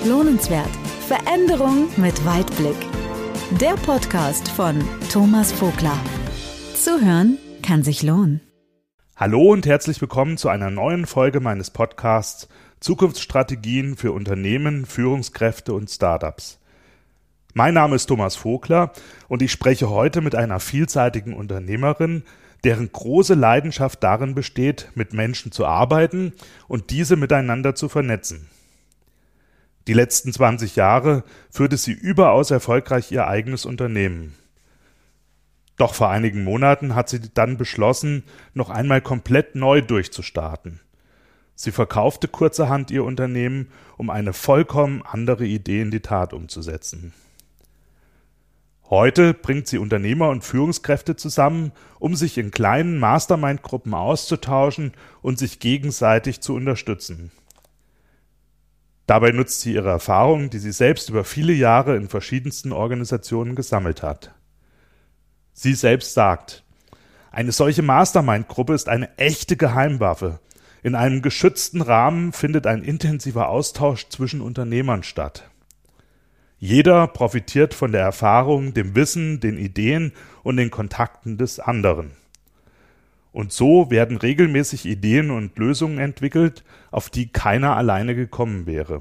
Lohnenswert. Veränderung mit Weitblick. Der Podcast von Thomas Vogler. Zuhören kann sich lohnen. Hallo und herzlich willkommen zu einer neuen Folge meines Podcasts Zukunftsstrategien für Unternehmen, Führungskräfte und Startups. Mein Name ist Thomas Vogler und ich spreche heute mit einer vielseitigen Unternehmerin, deren große Leidenschaft darin besteht, mit Menschen zu arbeiten und diese miteinander zu vernetzen. Die letzten 20 Jahre führte sie überaus erfolgreich ihr eigenes Unternehmen. Doch vor einigen Monaten hat sie dann beschlossen, noch einmal komplett neu durchzustarten. Sie verkaufte kurzerhand ihr Unternehmen, um eine vollkommen andere Idee in die Tat umzusetzen. Heute bringt sie Unternehmer und Führungskräfte zusammen, um sich in kleinen Mastermind-Gruppen auszutauschen und sich gegenseitig zu unterstützen. Dabei nutzt sie ihre Erfahrungen, die sie selbst über viele Jahre in verschiedensten Organisationen gesammelt hat. Sie selbst sagt, eine solche Mastermind-Gruppe ist eine echte Geheimwaffe. In einem geschützten Rahmen findet ein intensiver Austausch zwischen Unternehmern statt. Jeder profitiert von der Erfahrung, dem Wissen, den Ideen und den Kontakten des anderen. Und so werden regelmäßig Ideen und Lösungen entwickelt, auf die keiner alleine gekommen wäre.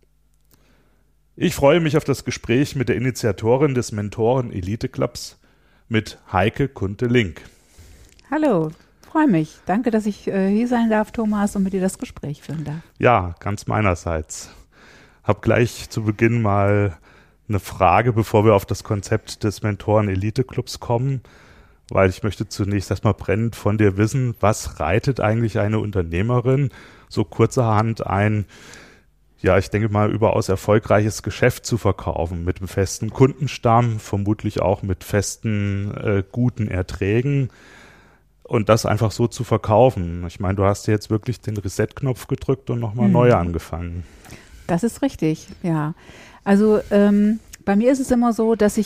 Ich freue mich auf das Gespräch mit der Initiatorin des Mentoren-Elite-Clubs, mit Heike Kunte-Link. Hallo, freue mich. Danke, dass ich hier sein darf, Thomas, und mit dir das Gespräch führen darf. Ja, ganz meinerseits. Hab gleich zu Beginn mal eine Frage, bevor wir auf das Konzept des Mentoren-Elite-Clubs kommen, weil ich möchte zunächst erstmal brennend von dir wissen, was reitet eigentlich eine Unternehmerin so kurzerhand ein, ja, ich denke mal, überaus erfolgreiches Geschäft zu verkaufen, mit einem festen Kundenstamm, vermutlich auch mit festen, guten Erträgen und das einfach so zu verkaufen. Ich meine, du hast jetzt wirklich den Reset-Knopf gedrückt und nochmal neu angefangen. Das ist richtig, ja. Also bei mir ist es immer so, dass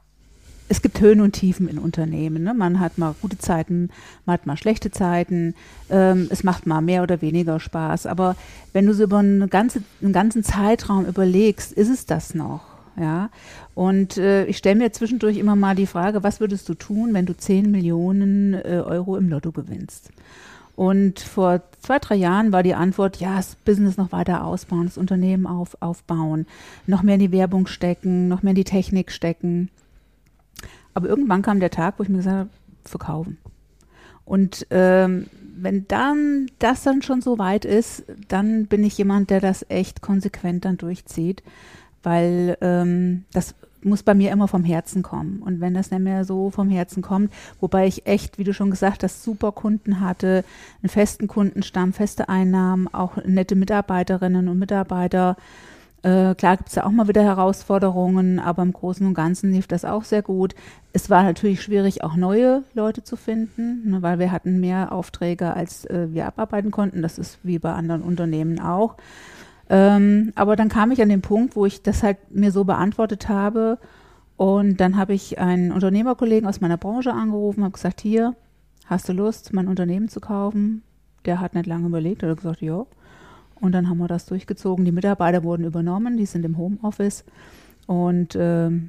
es gibt Höhen und Tiefen in Unternehmen. Ne? Man hat mal gute Zeiten, man hat mal schlechte Zeiten. Es macht mal mehr oder weniger Spaß. Aber wenn du so über einen ganzen Zeitraum überlegst, ist es das noch? Ja. Und ich stelle mir zwischendurch immer mal die Frage, was würdest du tun, wenn du 10 Millionen Euro im Lotto gewinnst? Und vor 2-3 Jahren war die Antwort, ja, das Business noch weiter ausbauen, das Unternehmen aufbauen, noch mehr in die Werbung stecken, noch mehr in die Technik stecken. Aber irgendwann kam der Tag, wo ich mir gesagt habe, verkaufen. Und wenn dann das dann schon so weit ist, dann bin ich jemand, der das echt konsequent dann durchzieht, weil das muss bei mir immer vom Herzen kommen. Und wenn das nicht mehr so vom Herzen kommt, wobei ich echt, wie du schon gesagt hast, super Kunden hatte, einen festen Kundenstamm, feste Einnahmen, auch nette Mitarbeiterinnen und Mitarbeiter. Klar gibt es ja auch mal wieder Herausforderungen, aber im Großen und Ganzen lief das auch sehr gut. Es war natürlich schwierig, auch neue Leute zu finden, ne, weil wir hatten mehr Aufträge, als wir abarbeiten konnten. Das ist wie bei anderen Unternehmen auch. Aber dann kam ich an den Punkt, wo ich das halt mir so beantwortet habe. Und dann habe ich einen Unternehmerkollegen aus meiner Branche angerufen, habe gesagt, hier, hast du Lust, mein Unternehmen zu kaufen? Der hat nicht lange überlegt, hat gesagt, ja. Und dann haben wir das durchgezogen. Die Mitarbeiter wurden übernommen, die sind im Homeoffice. Und und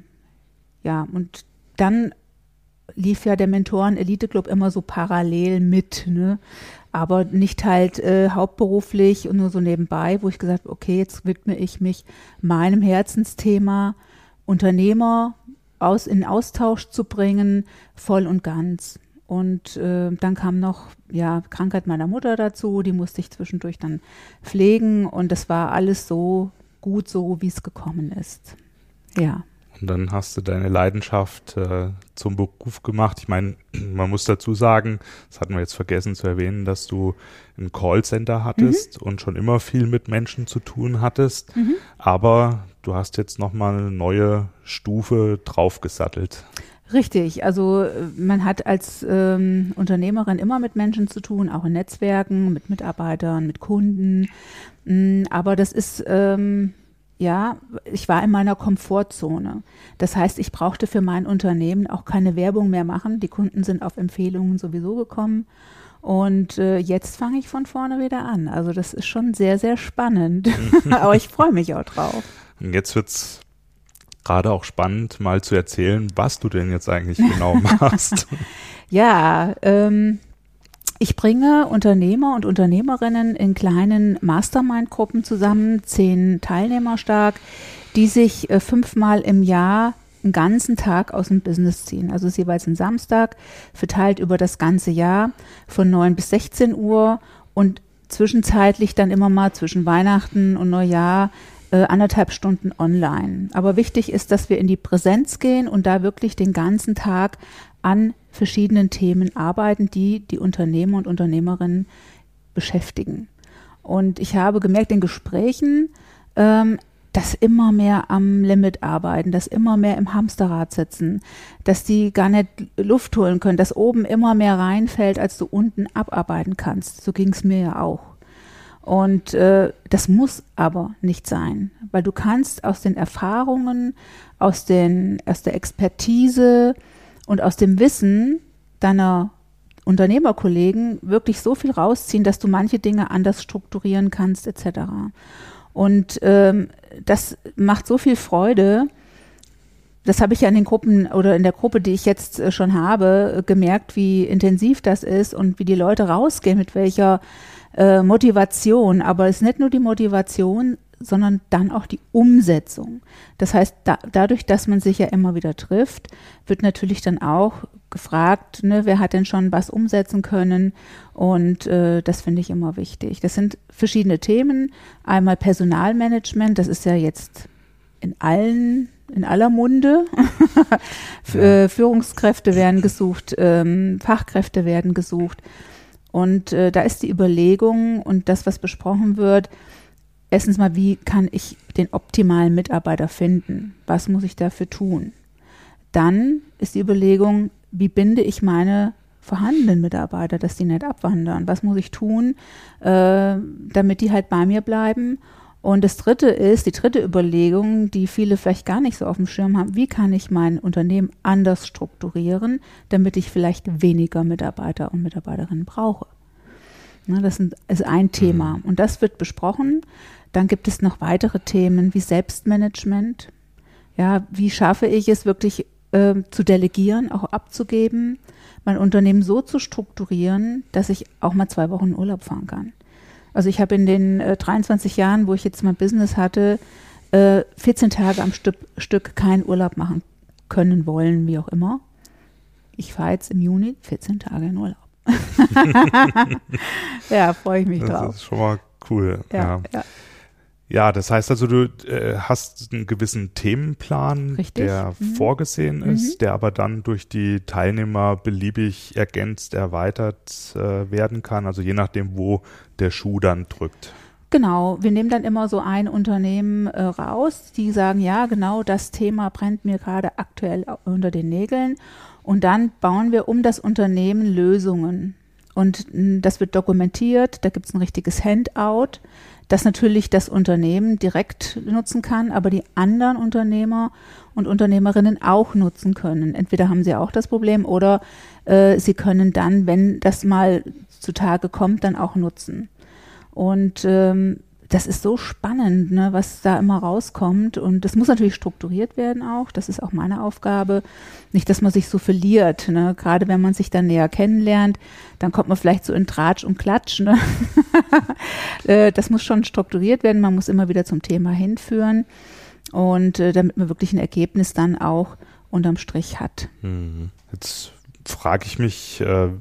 dann lief ja der Mentoren-Elite-Club immer so parallel mit, ne? Aber nicht halt hauptberuflich und nur so nebenbei, wo ich gesagt habe, okay, jetzt widme ich mich meinem Herzensthema, Unternehmer in Austausch zu bringen, voll und ganz. Und dann kam noch Krankheit meiner Mutter dazu, die musste ich zwischendurch dann pflegen und das war alles so gut, so wie es gekommen ist. Ja. Und dann hast du deine Leidenschaft zum Beruf gemacht. Ich meine, man muss dazu sagen, das hatten wir jetzt vergessen zu erwähnen, dass du ein Callcenter hattest und schon immer viel mit Menschen zu tun hattest. Aber du hast jetzt nochmal eine neue Stufe draufgesattelt. Richtig, also man hat als Unternehmerin immer mit Menschen zu tun, auch in Netzwerken, mit Mitarbeitern, mit Kunden. Aber das ist, ich war in meiner Komfortzone. Das heißt, ich brauchte für mein Unternehmen auch keine Werbung mehr machen. Die Kunden sind auf Empfehlungen sowieso gekommen. Und jetzt fange ich von vorne wieder an. Also das ist schon sehr, sehr spannend. Aber ich freue mich auch drauf. Und jetzt wird's gerade auch spannend, mal zu erzählen, was du denn jetzt eigentlich genau machst. Ja, ich bringe Unternehmer und Unternehmerinnen in kleinen Mastermind-Gruppen zusammen, 10 Teilnehmer stark, die sich 5-mal im Jahr einen ganzen Tag aus dem Business ziehen. Also es ist jeweils ein Samstag, verteilt über das ganze Jahr von 9 bis 16 Uhr und zwischenzeitlich dann immer mal zwischen Weihnachten und Neujahr 1,5 Stunden online. Aber wichtig ist, dass wir in die Präsenz gehen und da wirklich den ganzen Tag an verschiedenen Themen arbeiten, die die Unternehmer und Unternehmerinnen beschäftigen. Und ich habe gemerkt in Gesprächen, dass immer mehr am Limit arbeiten, dass immer mehr im Hamsterrad sitzen, dass die gar nicht Luft holen können, dass oben immer mehr reinfällt, als du unten abarbeiten kannst. So ging es mir ja auch. Und das muss aber nicht sein, weil du kannst aus den Erfahrungen, aus der Expertise und aus dem Wissen deiner Unternehmerkollegen wirklich so viel rausziehen, dass du manche Dinge anders strukturieren kannst etc. Und das macht so viel Freude. Das habe ich ja in den Gruppen oder in der Gruppe, die ich jetzt schon habe, gemerkt, wie intensiv das ist und wie die Leute rausgehen, mit welcher Motivation. Aber es ist nicht nur die Motivation, sondern dann auch die Umsetzung. Das heißt, dadurch, dass man sich ja immer wieder trifft, wird natürlich dann auch gefragt, ne, wer hat denn schon was umsetzen können? Und das finde ich immer wichtig. Das sind verschiedene Themen. Einmal Personalmanagement, das ist ja jetzt in aller Munde. Führungskräfte werden gesucht, Fachkräfte werden gesucht. Und da ist die Überlegung und das, was besprochen wird, erstens mal, wie kann ich den optimalen Mitarbeiter finden? Was muss ich dafür tun? Dann ist die Überlegung, wie binde ich meine vorhandenen Mitarbeiter, dass die nicht abwandern? Was muss ich tun, damit die halt bei mir bleiben? Und das Dritte ist, die dritte Überlegung, die viele vielleicht gar nicht so auf dem Schirm haben, wie kann ich mein Unternehmen anders strukturieren, damit ich vielleicht weniger Mitarbeiter und Mitarbeiterinnen brauche? Ne, das ist ein Thema und das wird besprochen. Dann gibt es noch weitere Themen wie Selbstmanagement. Ja, wie schaffe ich es wirklich zu delegieren, auch abzugeben, mein Unternehmen so zu strukturieren, dass ich auch mal 2 Wochen in Urlaub fahren kann. Also ich habe in den 23 Jahren, wo ich jetzt mein Business hatte, 14 Tage am Stück keinen Urlaub machen können, wollen, wie auch immer. Ich fahre jetzt im Juni 14 Tage in Urlaub. Ja, freue ich mich drauf. Das ist schon mal cool. Ja. Ja, das heißt also, du hast einen gewissen Themenplan, Richtig. der vorgesehen ist, der aber dann durch die Teilnehmer beliebig ergänzt, erweitert werden kann, also je nachdem, wo der Schuh dann drückt. Genau, wir nehmen dann immer so ein Unternehmen raus, die sagen, ja, genau das Thema brennt mir gerade aktuell unter den Nägeln. Und dann bauen wir um das Unternehmen Lösungen. Und das wird dokumentiert, da gibt es ein richtiges Handout, das natürlich das Unternehmen direkt nutzen kann, aber die anderen Unternehmer und Unternehmerinnen auch nutzen können. Entweder haben sie auch das Problem oder sie können dann, wenn das mal zutage kommt, dann auch nutzen. Und das ist so spannend, ne, was da immer rauskommt. Und das muss natürlich strukturiert werden auch. Das ist auch meine Aufgabe. Nicht, dass man sich so verliert. Ne? Gerade wenn man sich dann näher kennenlernt, dann kommt man vielleicht so in Tratsch und Klatsch. Ne? Das muss schon strukturiert werden. Man muss immer wieder zum Thema hinführen. Und damit man wirklich ein Ergebnis dann auch unterm Strich hat. Jetzt frage ich mich,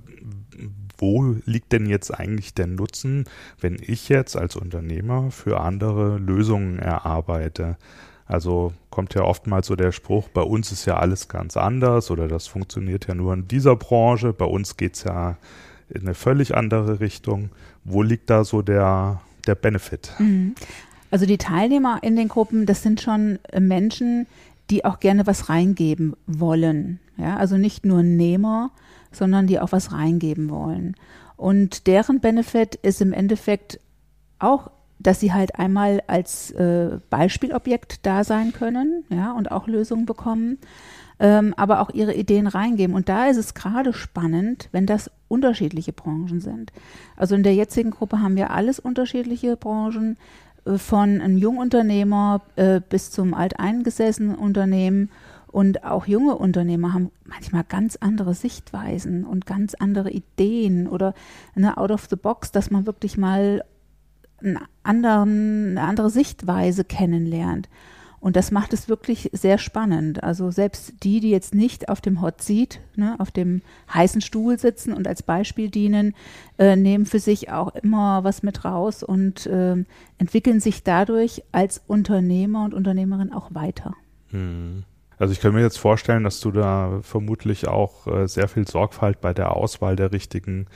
wo liegt denn jetzt eigentlich der Nutzen, wenn ich jetzt als Unternehmer für andere Lösungen erarbeite? Also kommt ja oftmals so der Spruch, bei uns ist ja alles ganz anders oder das funktioniert ja nur in dieser Branche, bei uns geht es ja in eine völlig andere Richtung. Wo liegt da so der Benefit? Also die Teilnehmer in den Gruppen, das sind schon Menschen, die auch gerne was reingeben wollen. Ja, also nicht nur Nehmer, sondern die auch was reingeben wollen. Und deren Benefit ist im Endeffekt auch, dass sie halt einmal als Beispielobjekt da sein können, ja, und auch Lösungen bekommen, aber auch ihre Ideen reingeben. Und da ist es gerade spannend, wenn das unterschiedliche Branchen sind. Also in der jetzigen Gruppe haben wir alles unterschiedliche Branchen. von einem Jungunternehmer bis zum alteingesessenen Unternehmen. Und auch junge Unternehmer haben manchmal ganz andere Sichtweisen und ganz andere Ideen oder out of the box, dass man wirklich mal eine andere Sichtweise kennenlernt. Und das macht es wirklich sehr spannend. Also selbst die jetzt nicht auf dem Hot Seat, auf dem heißen Stuhl sitzen und als Beispiel dienen, nehmen für sich auch immer was mit raus und entwickeln sich dadurch als Unternehmer und Unternehmerin auch weiter. Also ich kann mir jetzt vorstellen, dass du da vermutlich auch sehr viel Sorgfalt bei der Auswahl der richtigen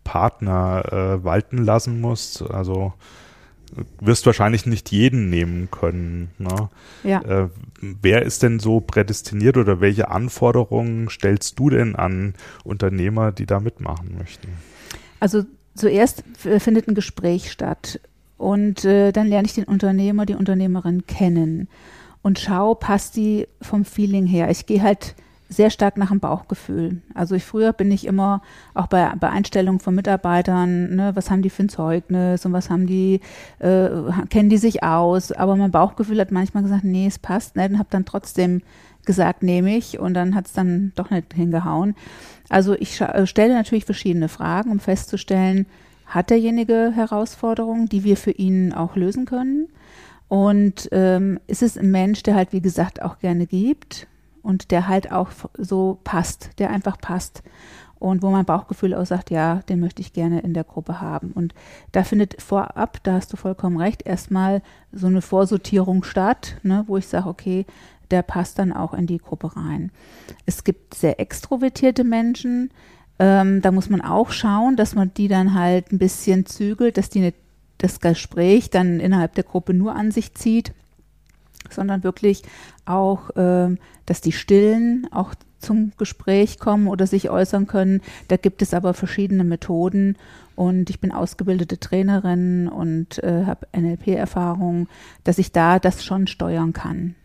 Partner walten lassen musst. Also wirst wahrscheinlich nicht jeden nehmen können. Ne? Ja. Wer ist denn so prädestiniert oder welche Anforderungen stellst du denn an Unternehmer, die da mitmachen möchten? Also zuerst findet ein Gespräch statt und dann lerne ich den Unternehmer, die Unternehmerin kennen und schaue, passt die vom Feeling her. Ich gehe halt sehr stark nach dem Bauchgefühl. Also früher bin ich immer auch bei Einstellungen von Mitarbeitern, was haben die für ein Zeugnis und was haben die, kennen die sich aus, aber mein Bauchgefühl hat manchmal gesagt, nee, es passt nicht und habe dann trotzdem gesagt, nehme ich und dann hat es dann doch nicht hingehauen. Also ich stelle natürlich verschiedene Fragen, um festzustellen, hat derjenige Herausforderungen, die wir für ihn auch lösen können und ist es ein Mensch, der halt wie gesagt auch gerne gibt, und der halt auch so passt, der einfach passt und wo mein Bauchgefühl auch sagt, ja, den möchte ich gerne in der Gruppe haben. Und da findet vorab, da hast du vollkommen recht, erstmal so eine Vorsortierung statt, wo ich sage, okay, der passt dann auch in die Gruppe rein. Es gibt sehr extrovertierte Menschen, da muss man auch schauen, dass man die dann halt ein bisschen zügelt, dass die nicht das Gespräch dann innerhalb der Gruppe nur an sich zieht, sondern wirklich auch, dass die Stillen auch zum Gespräch kommen oder sich äußern können. Da gibt es aber verschiedene Methoden und ich bin ausgebildete Trainerin und habe NLP-Erfahrung, dass ich da das schon steuern kann.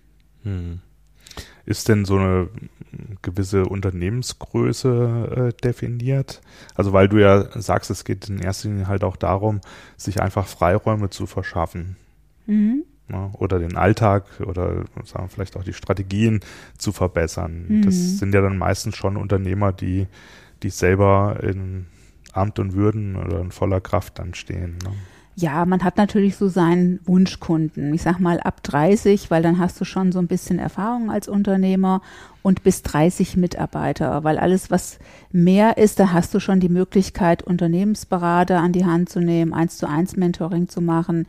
Ist denn so eine gewisse Unternehmensgröße definiert? Also weil du ja sagst, es geht in erster Linie halt auch darum, sich einfach Freiräume zu verschaffen. Oder den Alltag oder sagen wir vielleicht auch die Strategien zu verbessern. Das sind ja dann meistens schon Unternehmer, die selber in Amt und Würden oder in voller Kraft dann stehen. Ne? Ja, man hat natürlich so seinen Wunschkunden. Ich sag mal ab 30, weil dann hast du schon so ein bisschen Erfahrung als Unternehmer und bis 30 Mitarbeiter, weil alles, was mehr ist, da hast du schon die Möglichkeit, Unternehmensberater an die Hand zu nehmen, 1:1 Mentoring zu machen.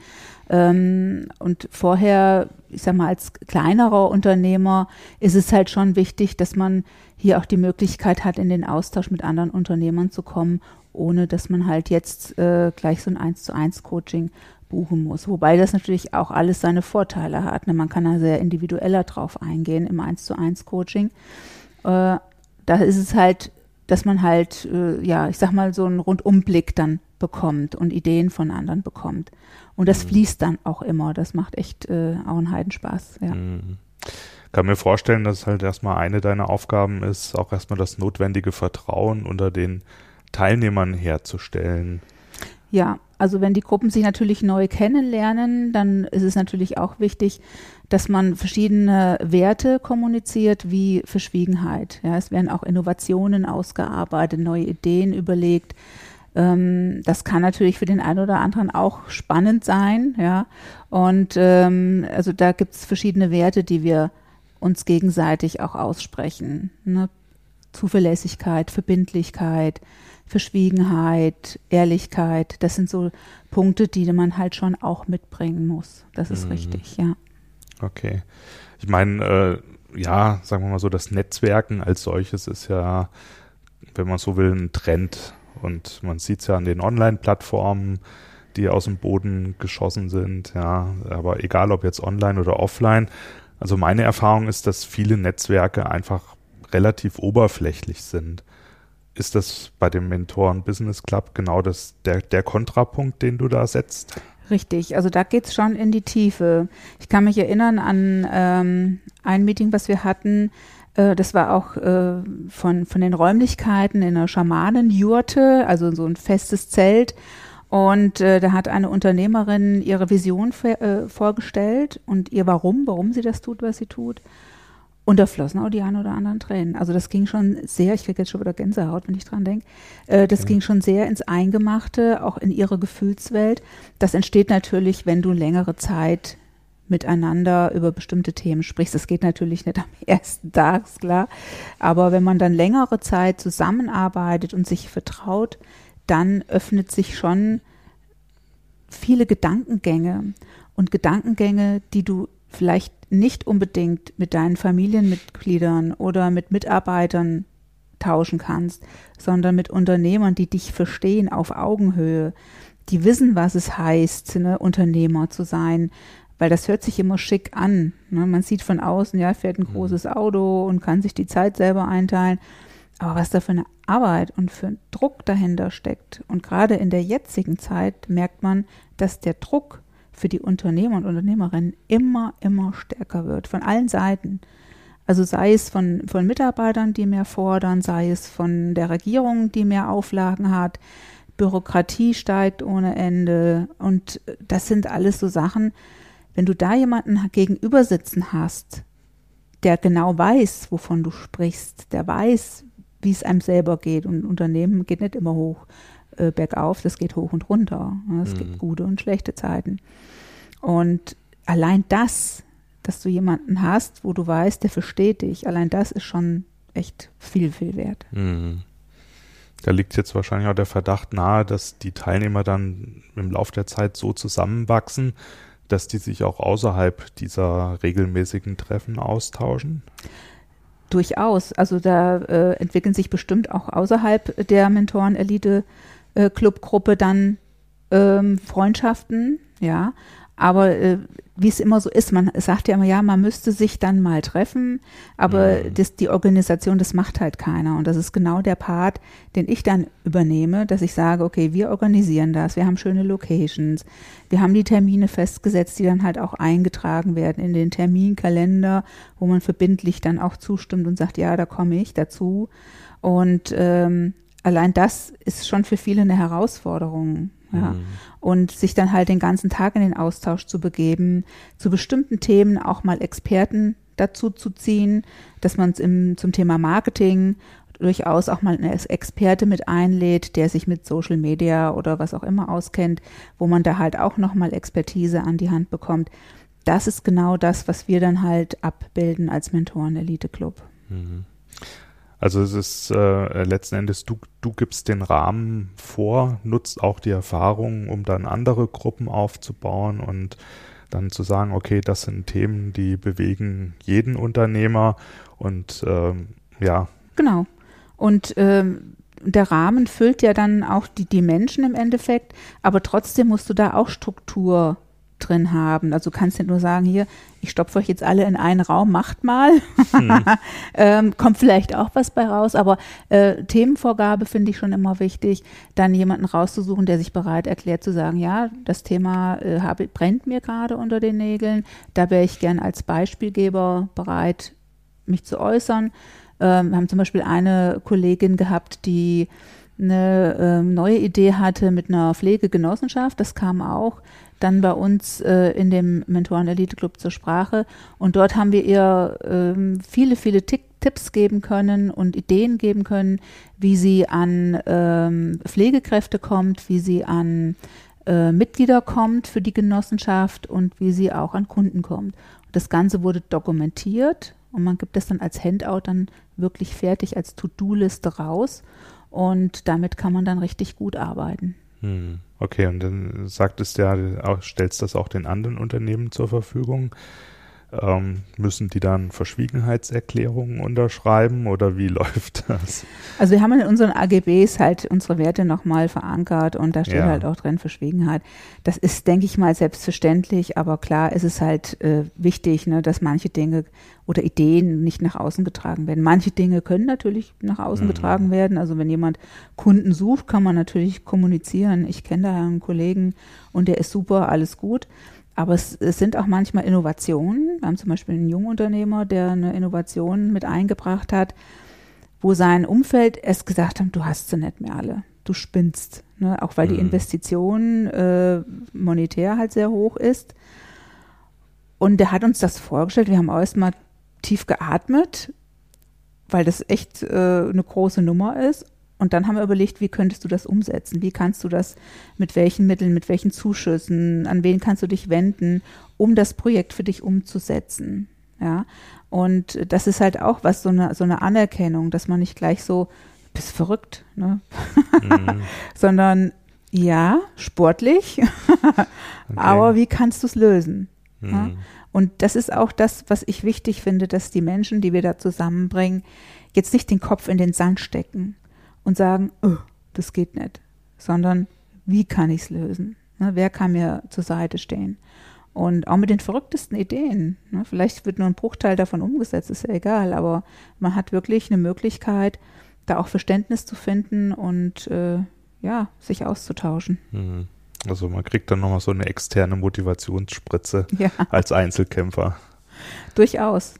Und vorher, ich sag mal, als kleinerer Unternehmer ist es halt schon wichtig, dass man hier auch die Möglichkeit hat, in den Austausch mit anderen Unternehmern zu kommen, ohne dass man halt jetzt gleich so ein 1:1 Coaching buchen muss. Wobei das natürlich auch alles seine Vorteile hat. Ne? Man kann da sehr individueller drauf eingehen im 1:1 Coaching. Da ist es halt, dass man halt, ich sag mal, so einen Rundumblick dann bekommt und Ideen von anderen bekommt. Und das fließt dann auch immer. Das macht echt auch einen Heidenspaß. Ja. Kann mir vorstellen, dass halt erstmal eine deiner Aufgaben ist, auch erstmal das notwendige Vertrauen unter den Teilnehmern herzustellen. Ja, also wenn die Gruppen sich natürlich neu kennenlernen, dann ist es natürlich auch wichtig, dass man verschiedene Werte kommuniziert, wie Verschwiegenheit. Ja, es werden auch Innovationen ausgearbeitet, neue Ideen überlegt. Das kann natürlich für den einen oder anderen auch spannend sein. Ja, und also da gibt es verschiedene Werte, die wir uns gegenseitig auch aussprechen. Ne? Zuverlässigkeit, Verbindlichkeit, Verschwiegenheit, Ehrlichkeit, das sind so Punkte, die man halt schon auch mitbringen muss. Das ist richtig, ja. Okay. Ich meine, sagen wir mal so, das Netzwerken als solches ist ja, wenn man so will, ein Trend. Und man sieht es ja an den Online-Plattformen, die aus dem Boden geschossen sind. Ja, aber egal, ob jetzt online oder offline. Also meine Erfahrung ist, dass viele Netzwerke einfach relativ oberflächlich sind. Ist das bei dem Mentoren Business Club genau der Kontrapunkt, den du da setzt? Richtig, also da geht's schon in die Tiefe. Ich kann mich erinnern an ein Meeting, was wir hatten. Das war auch von den Räumlichkeiten in einer Schamanenjurte, also so ein festes Zelt. Und da hat eine Unternehmerin ihre Vision vorgestellt und ihr warum sie das tut, was sie tut. Und da flossen auch die ein oder anderen Tränen. Also das ging schon sehr, ich kriege jetzt schon wieder Gänsehaut, wenn ich dran denke, das ging schon sehr ins Eingemachte, auch in ihre Gefühlswelt. Das entsteht natürlich, wenn du längere Zeit miteinander über bestimmte Themen sprichst. Das geht natürlich nicht am ersten Tag, ist klar. Aber wenn man dann längere Zeit zusammenarbeitet und sich vertraut, dann öffnet sich schon viele Gedankengänge. Und Gedankengänge, die du vielleicht nicht unbedingt mit deinen Familienmitgliedern oder mit Mitarbeitern tauschen kannst, sondern mit Unternehmern, die dich verstehen auf Augenhöhe, die wissen, was es heißt, ne, Unternehmer zu sein, weil das hört sich immer schick an. Ne? Man sieht von außen, ja, fährt ein großes Auto und kann sich die Zeit selber einteilen. Aber was da für eine Arbeit und für ein Druck dahinter steckt. Und gerade in der jetzigen Zeit merkt man, dass der Druck für die Unternehmer und Unternehmerinnen immer stärker wird, von allen Seiten. Also sei es von Mitarbeitern, die mehr fordern, sei es von der Regierung, die mehr Auflagen hat, Bürokratie steigt ohne Ende. Und das sind alles so Sachen, wenn du da jemanden gegenüber sitzen hast, der genau weiß, wovon du sprichst, der weiß, wie es einem selber geht. Und ein Unternehmen geht nicht immer hoch bergauf, das geht hoch und runter. Es gibt gute und schlechte Zeiten. Und allein das, dass du jemanden hast, wo du weißt, der versteht dich, allein das ist schon echt viel wert. Da liegt jetzt wahrscheinlich auch der Verdacht nahe, dass die Teilnehmer dann im Laufe der Zeit so zusammenwachsen, dass die sich auch außerhalb dieser regelmäßigen Treffen austauschen? Durchaus. Also da entwickeln sich bestimmt auch außerhalb der Mentoren-Elite-Club-Gruppe dann Freundschaften, ja. Aber wie es immer so ist, man sagt ja immer, ja, man müsste sich dann mal treffen, aber die Organisation, das macht halt keiner. Und das ist genau der Part, den ich dann übernehme, dass ich sage, okay, wir organisieren das, wir haben schöne Locations, wir haben die Termine festgesetzt, die dann halt auch eingetragen werden in den Terminkalender, wo man verbindlich dann auch zustimmt und sagt, ja, da komme ich dazu. Und allein das ist schon für viele eine Herausforderung. Ja. Und sich dann halt den ganzen Tag in den Austausch zu begeben, zu bestimmten Themen auch mal Experten dazu zu ziehen, dass man zum Thema Marketing durchaus auch mal einen Experte mit einlädt, der sich mit Social Media oder was auch immer auskennt, wo man da halt auch nochmal Expertise an die Hand bekommt. Das ist genau das, was wir dann halt abbilden als Mentoren-Elite-Club. Also es ist letzten Endes, du gibst den Rahmen vor, nutzt auch die Erfahrung, um dann andere Gruppen aufzubauen und dann zu sagen, okay, das sind Themen, die bewegen jeden Unternehmer und ja. Genau. Und der Rahmen füllt ja dann auch die Menschen im Endeffekt, aber trotzdem musst du da auch Struktur drin haben. Also du kannst nicht nur sagen, hier, ich stopfe euch jetzt alle in einen Raum, macht mal. Kommt vielleicht auch was bei raus, aber Themenvorgabe finde ich schon immer wichtig, dann jemanden rauszusuchen, der sich bereit erklärt zu sagen, ja, das Thema brennt mir gerade unter den Nägeln, da wäre ich gern als Beispielgeber bereit, mich zu äußern. Wir haben zum Beispiel eine Kollegin gehabt, die eine neue Idee hatte mit einer Pflegegenossenschaft, das kam auch dann bei uns in dem Mentoren-Elite-Club zur Sprache. Und dort haben wir ihr viele Tipps geben können und Ideen geben können, wie sie an Pflegekräfte kommt, wie sie an Mitglieder kommt für die Genossenschaft und wie sie auch an Kunden kommt. Und das Ganze wurde dokumentiert und man gibt das dann als Handout dann wirklich fertig als To-Do-Liste raus. Und damit kann man dann richtig gut arbeiten. Okay, und dann stellst das auch den anderen Unternehmen zur Verfügung. Müssen die dann Verschwiegenheitserklärungen unterschreiben oder wie läuft das? Also wir haben in unseren AGBs halt unsere Werte nochmal verankert und da steht halt auch drin Verschwiegenheit. Das ist, denke ich mal, selbstverständlich, aber klar ist es halt wichtig, ne, dass manche Dinge oder Ideen nicht nach außen getragen werden. Manche Dinge können natürlich nach außen getragen werden. Also wenn jemand Kunden sucht, kann man natürlich kommunizieren. Ich kenne da einen Kollegen und der ist super, alles gut. Aber es sind auch manchmal Innovationen. Wir haben zum Beispiel einen Jungunternehmer, der eine Innovation mit eingebracht hat, wo sein Umfeld erst gesagt hat, du hast sie nicht mehr alle, du spinnst. ne? Auch weil die Investition monetär halt sehr hoch ist. Und der hat uns das vorgestellt, wir haben auch erstmal tief geatmet, weil das echt eine große Nummer ist. Und dann haben wir überlegt, wie könntest du das umsetzen? Wie kannst du das, mit welchen Mitteln, mit welchen Zuschüssen, an wen kannst du dich wenden, um das Projekt für dich umzusetzen? Ja, und das ist halt auch was, so eine Anerkennung, dass man nicht gleich so, bist verrückt, ne? Sondern ja, sportlich, aber wie kannst du es lösen? Ja? Und das ist auch das, was ich wichtig finde, dass die Menschen, die wir da zusammenbringen, jetzt nicht den Kopf in den Sand stecken und sagen, oh, das geht nicht, sondern wie kann ich es lösen? Ne? Wer kann mir zur Seite stehen? Und auch mit den verrücktesten Ideen. Ne? Vielleicht wird nur ein Bruchteil davon umgesetzt, ist ja egal, aber man hat wirklich eine Möglichkeit, da auch Verständnis zu finden und sich auszutauschen. Also man kriegt dann nochmal so eine externe Motivationsspritze als Einzelkämpfer. Durchaus.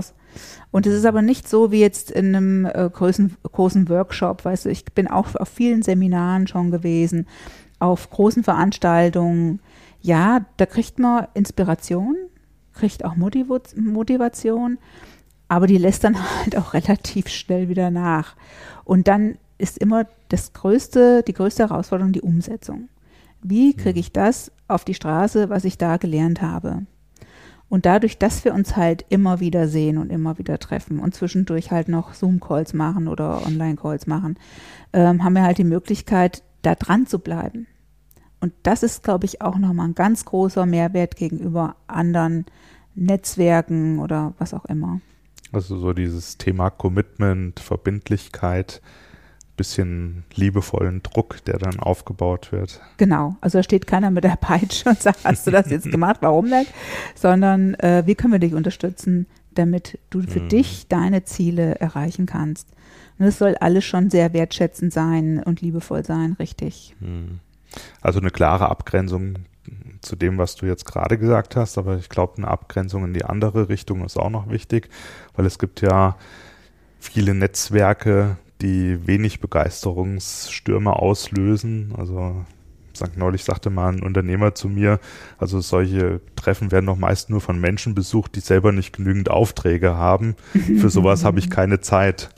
Und es ist aber nicht so wie jetzt in einem großen Workshop, weißt du, ich bin auch auf vielen Seminaren schon gewesen, auf großen Veranstaltungen. Ja, da kriegt man Inspiration, kriegt auch Motivation, aber die lässt dann halt auch relativ schnell wieder nach. Und dann ist immer die größte Herausforderung die Umsetzung. Wie kriege ich das auf die Straße, was ich da gelernt habe? Und dadurch, dass wir uns halt immer wieder sehen und immer wieder treffen und zwischendurch halt noch Zoom-Calls machen oder Online-Calls machen, haben wir halt die Möglichkeit, da dran zu bleiben. Und das ist, glaube ich, auch nochmal ein ganz großer Mehrwert gegenüber anderen Netzwerken oder was auch immer. Also so dieses Thema Commitment, Verbindlichkeit, bisschen liebevollen Druck, der dann aufgebaut wird. Genau, also da steht keiner mit der Peitsche und sagt, hast du das jetzt gemacht, warum nicht? Sondern wie können wir dich unterstützen, damit du für dich deine Ziele erreichen kannst. Und das soll alles schon sehr wertschätzend sein und liebevoll sein, richtig. Also eine klare Abgrenzung zu dem, was du jetzt gerade gesagt hast, aber ich glaube, eine Abgrenzung in die andere Richtung ist auch noch wichtig, weil es gibt ja viele Netzwerke, die wenig Begeisterungsstürme auslösen. Also neulich sagte mal ein Unternehmer zu mir, also solche Treffen werden doch meist nur von Menschen besucht, die selber nicht genügend Aufträge haben. Für sowas habe ich keine Zeit.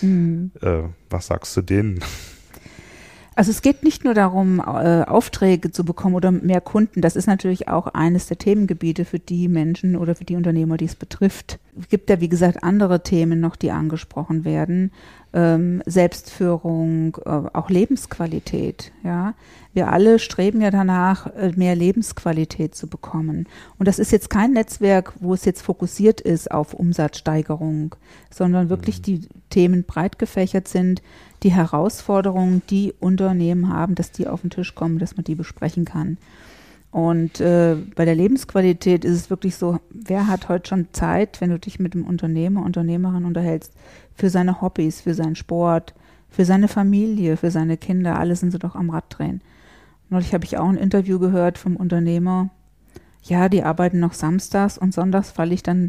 Was sagst du denen? Also es geht nicht nur darum, Aufträge zu bekommen oder mehr Kunden. Das ist natürlich auch eines der Themengebiete für die Menschen oder für die Unternehmer, die es betrifft. Es gibt ja, wie gesagt, andere Themen noch, die angesprochen werden. Selbstführung, auch Lebensqualität. Ja, wir alle streben ja danach, mehr Lebensqualität zu bekommen. Und das ist jetzt kein Netzwerk, wo es jetzt fokussiert ist auf Umsatzsteigerung, sondern wirklich die Themen breit gefächert sind, die Herausforderungen, die Unternehmen haben, dass die auf den Tisch kommen, dass man die besprechen kann. Und bei der Lebensqualität ist es wirklich so, wer hat heute schon Zeit, wenn du dich mit einem Unternehmer, Unternehmerin unterhältst, für seine Hobbys, für seinen Sport, für seine Familie, für seine Kinder, alle sind sie doch am Rad drehen. Neulich habe ich auch ein Interview gehört vom Unternehmer, ja, die arbeiten noch samstags und sonntags falle ich dann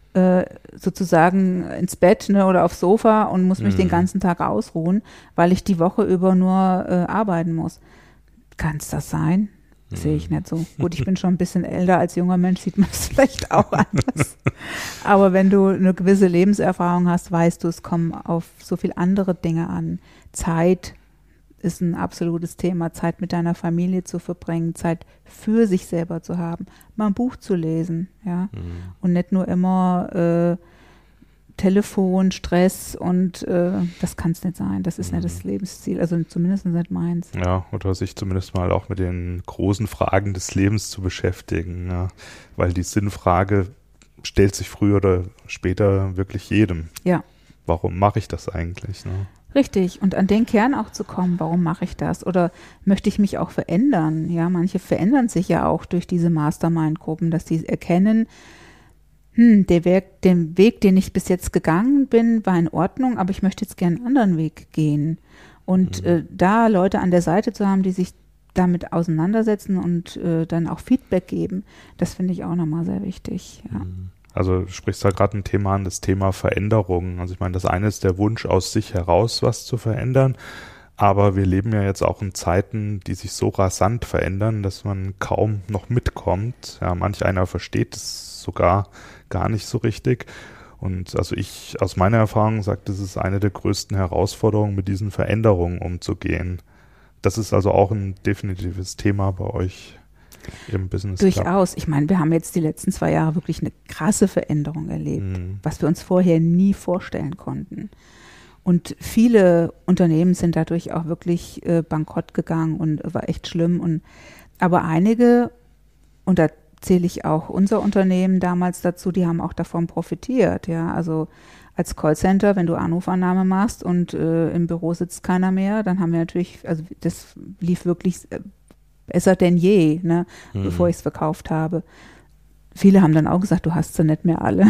sozusagen ins Bett, ne, oder aufs Sofa und muss mich den ganzen Tag ausruhen, weil ich die Woche über nur arbeiten muss. Kann es das sein? Sehe ich nicht so. Gut, ich bin schon ein bisschen älter, als junger Mensch sieht man es vielleicht auch anders. Aber wenn du eine gewisse Lebenserfahrung hast, weißt du, es kommen auf so viele andere Dinge an. Zeit ist ein absolutes Thema, Zeit mit deiner Familie zu verbringen, Zeit für sich selber zu haben, mal ein Buch zu lesen, ja, und nicht nur immer Telefon, Stress und das kann es nicht sein. Das ist nicht das Lebensziel, also zumindest nicht meins. Ja, oder sich zumindest mal auch mit den großen Fragen des Lebens zu beschäftigen, ja, weil die Sinnfrage stellt sich früher oder später wirklich jedem. Ja. Warum mache ich das eigentlich? Ne? Richtig, und an den Kern auch zu kommen, warum mache ich das? Oder möchte ich mich auch verändern? Ja, manche verändern sich ja auch durch diese Mastermind-Gruppen, dass sie erkennen, den Weg, den ich bis jetzt gegangen bin, war in Ordnung, aber ich möchte jetzt gerne einen anderen Weg gehen. Und da Leute an der Seite zu haben, die sich damit auseinandersetzen und dann auch Feedback geben, das finde ich auch nochmal sehr wichtig. Ja. Also du sprichst da gerade ein Thema an, das Thema Veränderung. Also ich meine, das eine ist der Wunsch aus sich heraus, was zu verändern. Aber wir leben ja jetzt auch in Zeiten, die sich so rasant verändern, dass man kaum noch mitkommt. Ja, manch einer versteht es sogar gar nicht so richtig. Und also ich aus meiner Erfahrung sage, das ist eine der größten Herausforderungen, mit diesen Veränderungen umzugehen. Das ist also auch ein definitives Thema bei euch im Business Club. Durchaus. Ich meine, wir haben jetzt die letzten 2 Jahre wirklich eine krasse Veränderung erlebt, was wir uns vorher nie vorstellen konnten. Und viele Unternehmen sind dadurch auch wirklich bankrott gegangen und war echt schlimm. Aber einige, und da zähle ich auch unser Unternehmen damals dazu, die haben auch davon profitiert. Ja, also als Callcenter, wenn du Anrufannahme machst und im Büro sitzt keiner mehr, dann haben wir natürlich, also das lief wirklich besser denn je, ne, bevor ich es verkauft habe. Viele haben dann auch gesagt, du hast sie nicht mehr alle.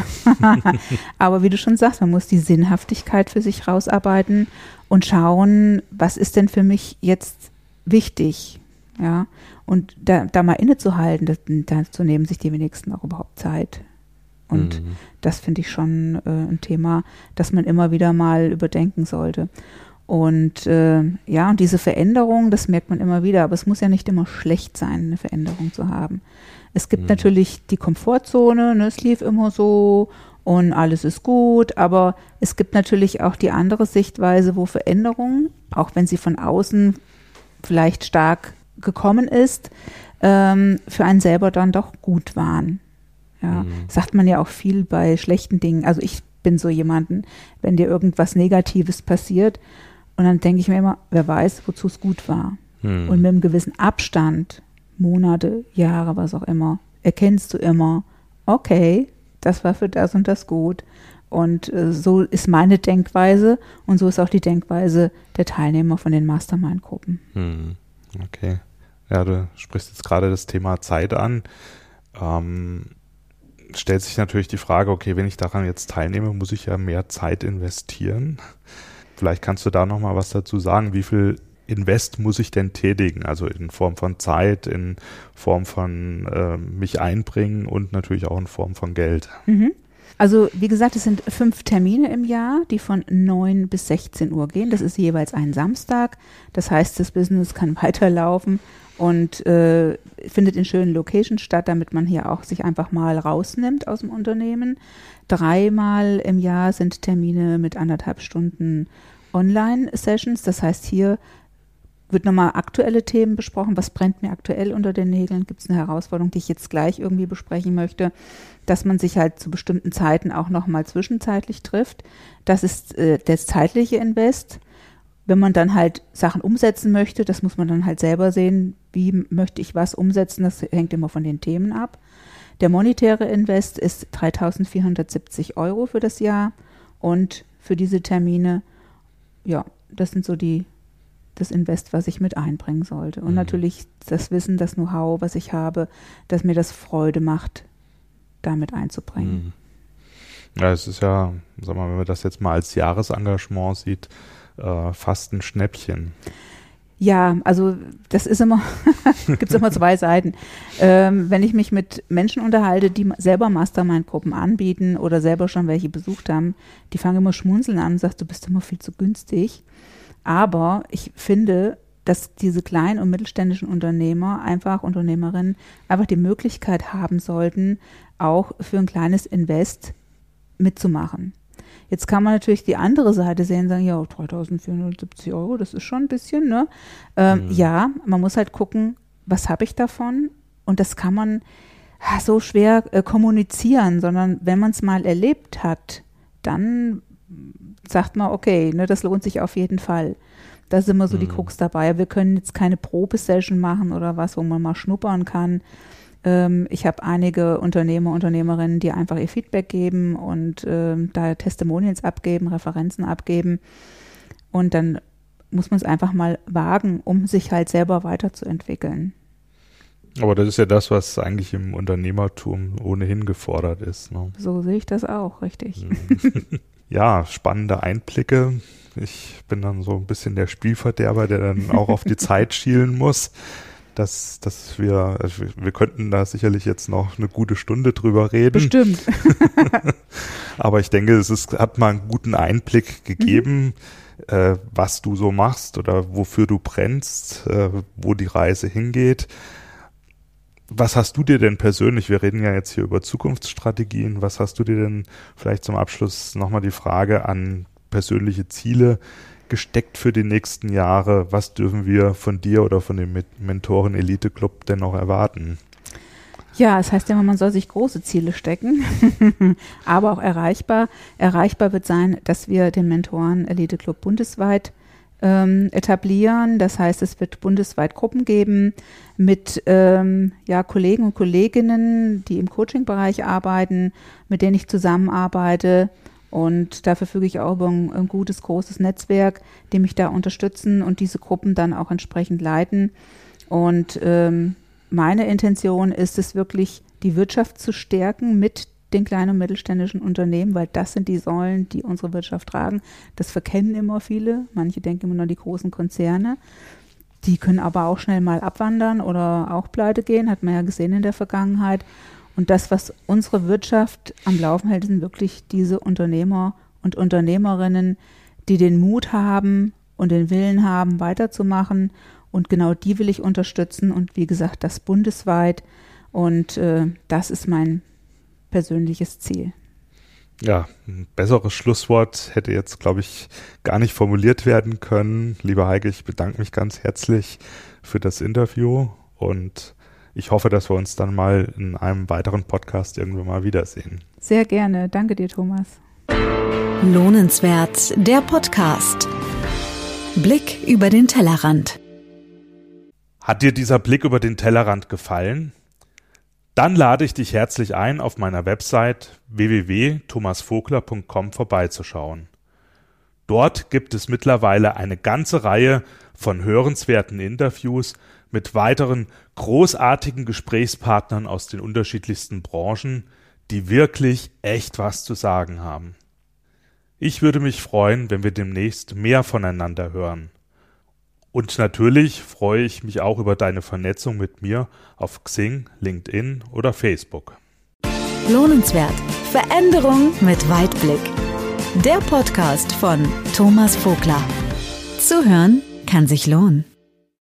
Aber wie du schon sagst, man muss die Sinnhaftigkeit für sich rausarbeiten und schauen, was ist denn für mich jetzt wichtig, ja, und da mal innezuhalten, dazu nehmen sich die wenigsten auch überhaupt Zeit. Und das finde ich schon ein Thema, das man immer wieder mal überdenken sollte. Und ja, und diese Veränderung, das merkt man immer wieder, aber es muss ja nicht immer schlecht sein, eine Veränderung zu haben. Es gibt natürlich die Komfortzone, ne, es lief immer so und alles ist gut, aber es gibt natürlich auch die andere Sichtweise, wo Veränderungen, auch wenn sie von außen vielleicht stark gekommen ist, für einen selber dann doch gut waren. Ja, sagt man ja auch viel bei schlechten Dingen. Also ich bin so jemanden, wenn dir irgendwas Negatives passiert und dann denke ich mir immer, wer weiß, wozu es gut war. Und mit einem gewissen Abstand, Monate, Jahre, was auch immer, erkennst du immer, okay, das war für das und das gut. Und so ist meine Denkweise und so ist auch die Denkweise der Teilnehmer von den Mastermind-Gruppen. Okay. Ja, du sprichst jetzt gerade das Thema Zeit an. Stellt sich natürlich die Frage, okay, wenn ich daran jetzt teilnehme, muss ich ja mehr Zeit investieren. Vielleicht kannst du da nochmal was dazu sagen. Wie viel Invest muss ich denn tätigen? Also in Form von Zeit, in Form von mich einbringen und natürlich auch in Form von Geld. Also wie gesagt, es sind 5 Termine im Jahr, die von 9 bis 16 Uhr gehen. Das ist jeweils ein Samstag. Das heißt, das Business kann weiterlaufen und findet in schönen Locations statt, damit man hier auch sich einfach mal rausnimmt aus dem Unternehmen. 3-mal im Jahr sind Termine mit 1,5 Stunden Online-Sessions. Das heißt, hier wird nochmal aktuelle Themen besprochen. Was brennt mir aktuell unter den Nägeln? Gibt es eine Herausforderung, die ich jetzt gleich irgendwie besprechen möchte? Dass man sich halt zu bestimmten Zeiten auch nochmal zwischenzeitlich trifft. Das ist das zeitliche Invest. Wenn man dann halt Sachen umsetzen möchte, das muss man dann halt selber sehen, wie möchte ich was umsetzen, das hängt immer von den Themen ab. Der monetäre Invest ist 3.470 € für das Jahr und für diese Termine, ja, das sind so das Invest, was ich mit einbringen sollte. Und natürlich das Wissen, das Know-how, was ich habe, dass mir das Freude macht, damit einzubringen. Ja, es ist ja, sag mal, wenn man das jetzt mal als Jahresengagement sieht, fast ein Schnäppchen. Ja, also das ist immer, gibt es immer 2 Seiten. Wenn ich mich mit Menschen unterhalte, die selber Mastermind-Gruppen anbieten oder selber schon welche besucht haben, die fangen immer schmunzeln an und sagen, du bist immer viel zu günstig. Aber ich finde, dass diese kleinen und mittelständischen Unternehmerinnen einfach die Möglichkeit haben sollten, auch für ein kleines Invest mitzumachen. Jetzt kann man natürlich die andere Seite sehen und sagen, ja, 3.470 €, das ist schon ein bisschen, ne? Ja, man muss halt gucken, was habe ich davon? Und das kann man so schwer kommunizieren, sondern wenn man es mal erlebt hat, dann sagt man, okay, ne, das lohnt sich auf jeden Fall. Da ist immer so die Krux dabei. Wir können jetzt keine Probesession machen oder was, wo man mal schnuppern kann. Ich habe einige Unternehmerinnen, die einfach ihr Feedback geben und da Testimonials abgeben, Referenzen abgeben. Und dann muss man es einfach mal wagen, um sich halt selber weiterzuentwickeln. Aber das ist ja das, was eigentlich im Unternehmertum ohnehin gefordert ist. Ne? So sehe ich das auch, richtig. Ja, spannende Einblicke. Ich bin dann so ein bisschen der Spielverderber, der dann auch auf die Zeit schielen muss. Dass wir könnten da sicherlich jetzt noch eine gute Stunde drüber reden. Bestimmt. Aber ich denke, hat mal einen guten Einblick gegeben. was du so machst oder wofür du brennst, wo die Reise hingeht. Was hast du dir denn persönlich, wir reden ja jetzt hier über Zukunftsstrategien, was hast du dir denn vielleicht zum Abschluss nochmal die Frage an persönliche Ziele gesteckt für die nächsten Jahre? Was dürfen wir von dir oder von dem Mentoren-Elite-Club denn noch erwarten? Ja, es heißt ja immer, man soll sich große Ziele stecken, aber auch erreichbar. Erreichbar wird sein, dass wir den Mentoren-Elite-Club bundesweit etablieren. Das heißt, es wird bundesweit Gruppen geben mit Kollegen und Kolleginnen, die im Coaching-Bereich arbeiten, mit denen ich zusammenarbeite. Und da verfüge ich auch über ein gutes, großes Netzwerk, die mich da unterstützen und diese Gruppen dann auch entsprechend leiten. Und meine Intention ist es wirklich, die Wirtschaft zu stärken mit den kleinen und mittelständischen Unternehmen, weil das sind die Säulen, die unsere Wirtschaft tragen. Das verkennen immer viele. Manche denken immer nur an die großen Konzerne. Die können aber auch schnell mal abwandern oder auch pleite gehen, hat man ja gesehen in der Vergangenheit. Und das, was unsere Wirtschaft am Laufen hält, sind wirklich diese Unternehmer und Unternehmerinnen, die den Mut haben und den Willen haben, weiterzumachen. Und genau die will ich unterstützen und wie gesagt, das bundesweit. Und das ist mein persönliches Ziel. Ja, ein besseres Schlusswort hätte jetzt, glaube ich, gar nicht formuliert werden können. Lieber Heike, ich bedanke mich ganz herzlich für das Interview und ich hoffe, dass wir uns dann mal in einem weiteren Podcast irgendwann mal wiedersehen. Sehr gerne. Danke dir, Thomas. Lohnenswert, der Podcast. Blick über den Tellerrand. Hat dir dieser Blick über den Tellerrand gefallen? Dann lade ich dich herzlich ein, auf meiner Website www.thomasvogler.com vorbeizuschauen. Dort gibt es mittlerweile eine ganze Reihe von hörenswerten Interviews mit weiteren großartigen Gesprächspartnern aus den unterschiedlichsten Branchen, die wirklich echt was zu sagen haben. Ich würde mich freuen, wenn wir demnächst mehr voneinander hören. Und natürlich freue ich mich auch über deine Vernetzung mit mir auf Xing, LinkedIn oder Facebook. Lohnenswert. Veränderung mit Weitblick. Der Podcast von Thomas Vogler. Zuhören kann sich lohnen.